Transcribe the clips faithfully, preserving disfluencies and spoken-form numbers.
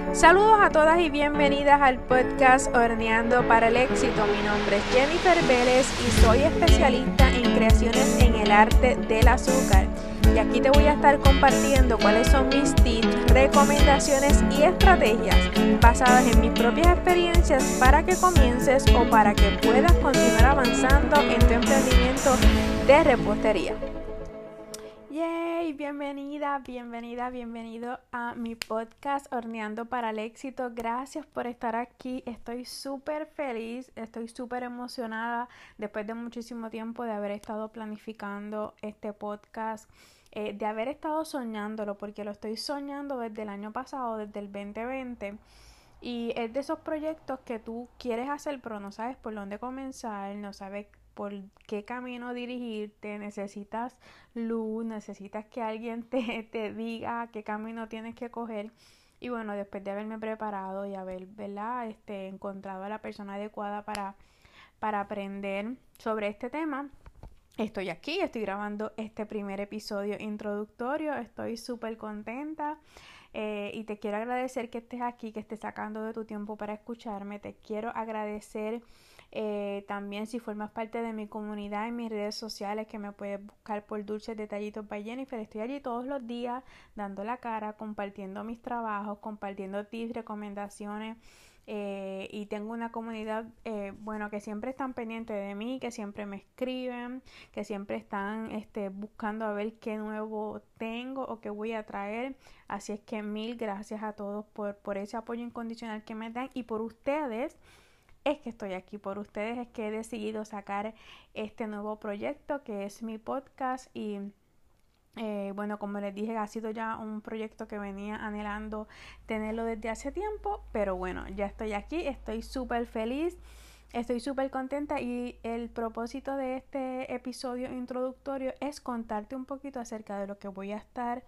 Saludos a todas y bienvenidas al podcast Horneando para el Éxito. Mi nombre es Jennifer Vélez y soy especialista en creaciones en el arte del azúcar. Y aquí te voy a estar compartiendo cuáles son mis tips, recomendaciones y estrategias basadas en mis propias experiencias para que comiences o para que puedas continuar avanzando en tu emprendimiento de repostería. Yay, bienvenida, bienvenida, bienvenido a mi podcast Horneando para el Éxito. Gracias por estar aquí. Estoy súper feliz, estoy súper emocionada después de muchísimo tiempo de haber estado planificando este podcast, eh, de haber estado soñándolo, porque lo estoy soñando desde el año pasado, desde el veinte veinte. Y es de esos proyectos que tú quieres hacer, pero no sabes por dónde comenzar, no sabes por qué camino dirigirte, necesitas luz, necesitas que alguien te, te diga qué camino tienes que coger. Y bueno, después de haberme preparado y haber, ¿verdad? Este, encontrado a la persona adecuada para, para aprender sobre este tema, estoy aquí, estoy grabando este primer episodio introductorio, estoy súper contenta. Eh, y te quiero agradecer que estés aquí, que estés sacando de tu tiempo para escucharme. Te quiero agradecer eh, también si formas parte de mi comunidad en mis redes sociales, que me puedes buscar por Dulces Detallitos by Jennifer. Estoy allí todos los días dando la cara, compartiendo mis trabajos, compartiendo tips, recomendaciones. Eh, y tengo una comunidad, eh, bueno, que siempre están pendientes de mí, que siempre me escriben, que siempre están este, buscando a ver qué nuevo tengo o qué voy a traer. Así es que mil gracias a todos por, por ese apoyo incondicional que me dan, y por ustedes es que estoy aquí, por ustedes es que he decidido sacar este nuevo proyecto que es mi podcast. Y Eh, bueno, como les dije, ha sido ya un proyecto que venía anhelando tenerlo desde hace tiempo, pero bueno, ya estoy aquí, estoy súper feliz, estoy súper contenta, y el propósito de este episodio introductorio es contarte un poquito acerca de lo que voy a estar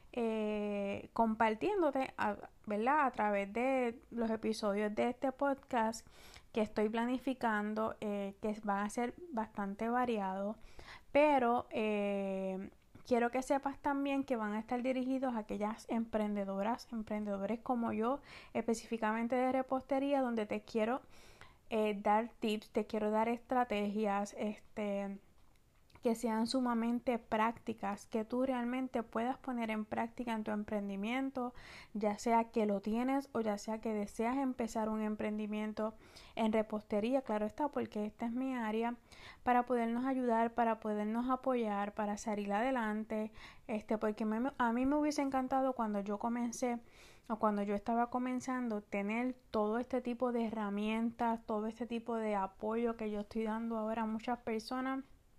eh, compartiéndote, a, ¿verdad? A través de los episodios de este podcast que estoy planificando, eh, que van a ser bastante variados, pero eh, quiero que sepas también que van a estar dirigidos a aquellas emprendedoras, emprendedores como yo, específicamente de repostería, donde te quiero eh, dar tips, te quiero dar estrategias, este, que sean sumamente prácticas, que tú realmente puedas poner en práctica en tu emprendimiento, ya sea que lo tienes o ya sea que deseas empezar un emprendimiento en repostería, claro está, porque esta es mi área, para podernos ayudar, para podernos apoyar, para salir adelante, este, porque me, a mí me hubiese encantado cuando yo comencé o cuando yo estaba comenzando tener todo este tipo de herramientas, todo este tipo de apoyo que yo estoy dando ahora a muchas personas.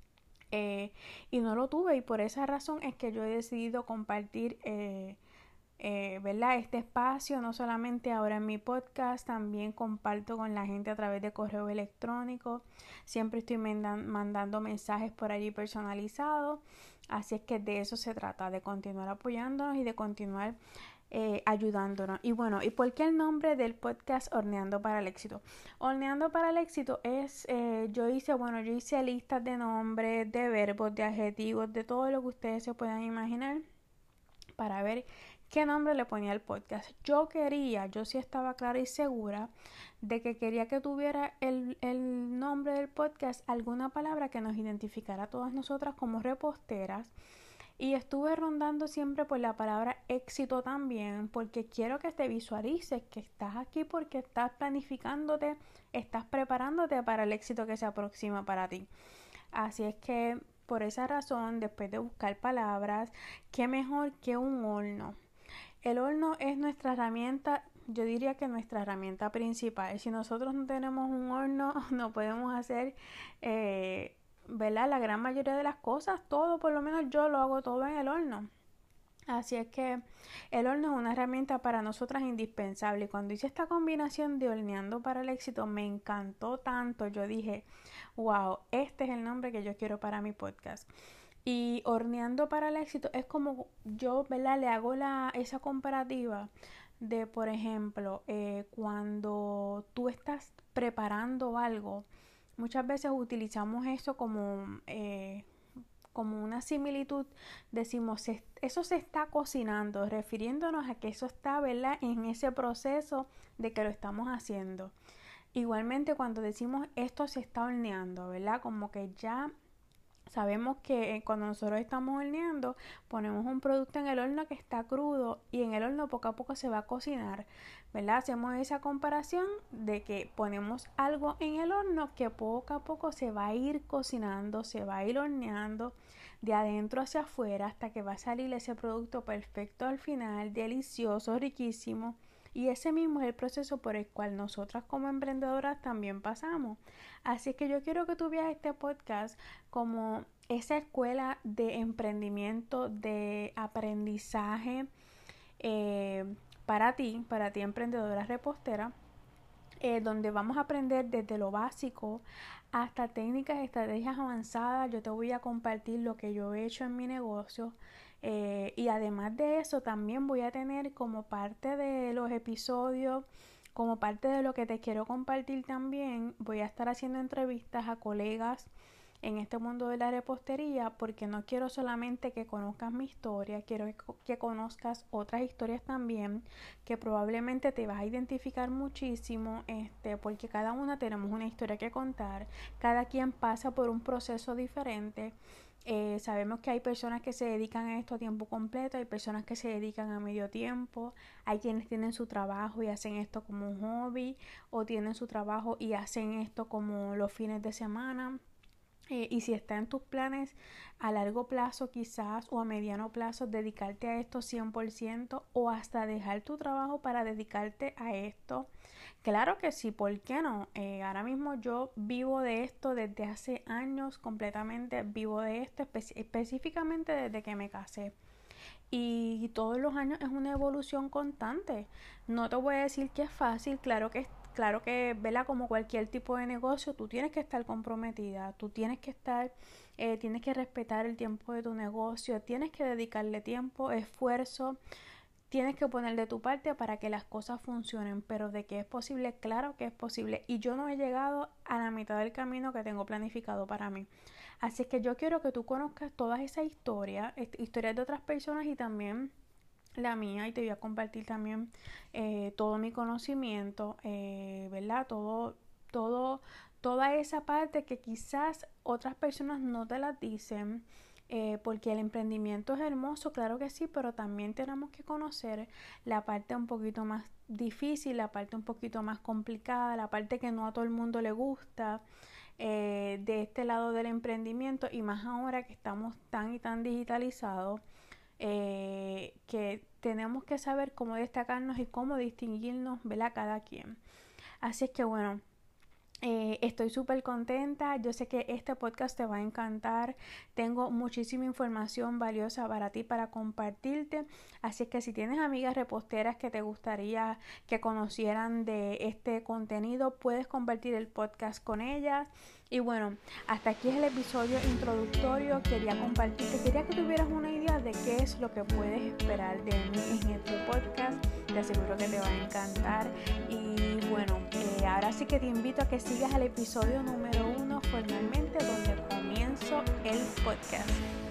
Eh, y no lo tuve, y por esa razón es que yo he decidido compartir eh, eh, ¿verdad? Este espacio, no solamente ahora en mi podcast, también comparto con la gente a través de correo electrónico, siempre estoy mandan, mandando mensajes por allí personalizados, así es que de eso se trata, de continuar apoyándonos y de continuar Eh, ayudándonos. Y bueno, ¿y por qué el nombre del podcast Horneando para el Éxito? Horneando para el Éxito es, eh, yo hice, bueno, yo hice listas de nombres, de verbos, de adjetivos, de todo lo que ustedes se puedan imaginar, para ver qué nombre le ponía al podcast. Yo quería, yo sí estaba clara y segura de que quería que tuviera el, el nombre del podcast alguna palabra que nos identificara a todas nosotras como reposteras. Y estuve rondando siempre por la palabra éxito también, porque quiero que te visualices que estás aquí porque estás planificándote, estás preparándote para el éxito que se aproxima para ti. Así es que por esa razón, después de buscar palabras, qué mejor que un horno. El horno es nuestra herramienta, yo diría que nuestra herramienta principal. Si nosotros no tenemos un horno, no podemos hacer eh, ¿verdad? La gran mayoría de las cosas, todo, por lo menos yo lo hago todo en el horno. Así es que el horno es una herramienta para nosotras indispensable. Y cuando hice esta combinación de horneando para el éxito, me encantó tanto. Yo dije, wow, este es el nombre que yo quiero para mi podcast. Y horneando para el éxito es como yo, ¿verdad? Le hago la, esa comparativa de, por ejemplo, eh, cuando tú estás preparando algo. Muchas veces utilizamos eso como, eh, como una similitud, decimos eso se está cocinando, refiriéndonos a que eso está, ¿verdad?, en ese proceso de que lo estamos haciendo. Igualmente cuando decimos esto se está horneando, ¿verdad?, como que ya sabemos que cuando nosotros estamos horneando, ponemos un producto en el horno que está crudo y en el horno poco a poco se va a cocinar, ¿verdad? Hacemos esa comparación de que ponemos algo en el horno que poco a poco se va a ir cocinando, se va a ir horneando de adentro hacia afuera hasta que va a salir ese producto perfecto al final, delicioso, riquísimo. Y ese mismo es el proceso por el cual nosotras como emprendedoras también pasamos. Así que yo quiero que tú veas este podcast como esa escuela de emprendimiento, de aprendizaje eh, para ti, para ti emprendedora repostera, eh, donde vamos a aprender desde lo básico hasta técnicas, estrategias avanzadas. Yo te voy a compartir lo que yo he hecho en mi negocio. Eh, y además de eso también voy a tener como parte de los episodios, como parte de lo que te quiero compartir también, voy a estar haciendo entrevistas a colegas en este mundo de la repostería, porque no quiero solamente que conozcas mi historia, quiero que conozcas otras historias también, que probablemente te vas a identificar muchísimo, este, porque cada una tenemos una historia que contar, cada quien pasa por un proceso diferente. Eh, sabemos que hay personas que se dedican a esto a tiempo completo, hay personas que se dedican a medio tiempo, hay quienes tienen su trabajo y hacen esto como un hobby, o tienen su trabajo y hacen esto como los fines de semana. Eh, y si está en tus planes a largo plazo quizás o a mediano plazo dedicarte a esto cien por ciento o hasta dejar tu trabajo para dedicarte a esto, claro que sí, ¿por qué no? Eh, ahora mismo yo vivo de esto desde hace años, completamente vivo de esto, espe- específicamente desde que me casé. Y todos los años es una evolución constante. No te voy a decir que es fácil, claro que es Claro que, ¿verdad?, como cualquier tipo de negocio, tú tienes que estar comprometida, tú tienes que estar, eh, tienes que respetar el tiempo de tu negocio, tienes que dedicarle tiempo, esfuerzo, tienes que poner de tu parte para que las cosas funcionen, pero de que es posible, claro que es posible. Y yo no he llegado a la mitad del camino que tengo planificado para mí. Así que yo quiero que tú conozcas todas esas historias, historias de otras personas y también la mía, y te voy a compartir también eh, todo mi conocimiento, eh, ¿verdad? Todo, todo, toda esa parte que quizás otras personas no te las dicen, eh, porque el emprendimiento es hermoso, claro que sí, pero también tenemos que conocer la parte un poquito más difícil, la parte un poquito más complicada, la parte que no a todo el mundo le gusta. Eh, de este lado del emprendimiento, y más ahora que estamos tan y tan digitalizados, Eh, que tenemos que saber cómo destacarnos y cómo distinguirnos, ¿verdad?, cada quien. Así es que bueno, eh, estoy súper contenta. Yo sé que este podcast te va a encantar. Tengo muchísima información valiosa para ti, para compartirte. Así que si tienes amigas reposteras que te gustaría que conocieran de este contenido, puedes compartir el podcast con ellas. Y bueno, hasta aquí es el episodio introductorio. Quería compartirte, quería que tuvieras una idea de qué es lo que puedes esperar de mí en este podcast. Te aseguro que te va a encantar. Y bueno, eh, ahora sí que te invito a que sigas al episodio número uno formalmente, donde comienzo el podcast.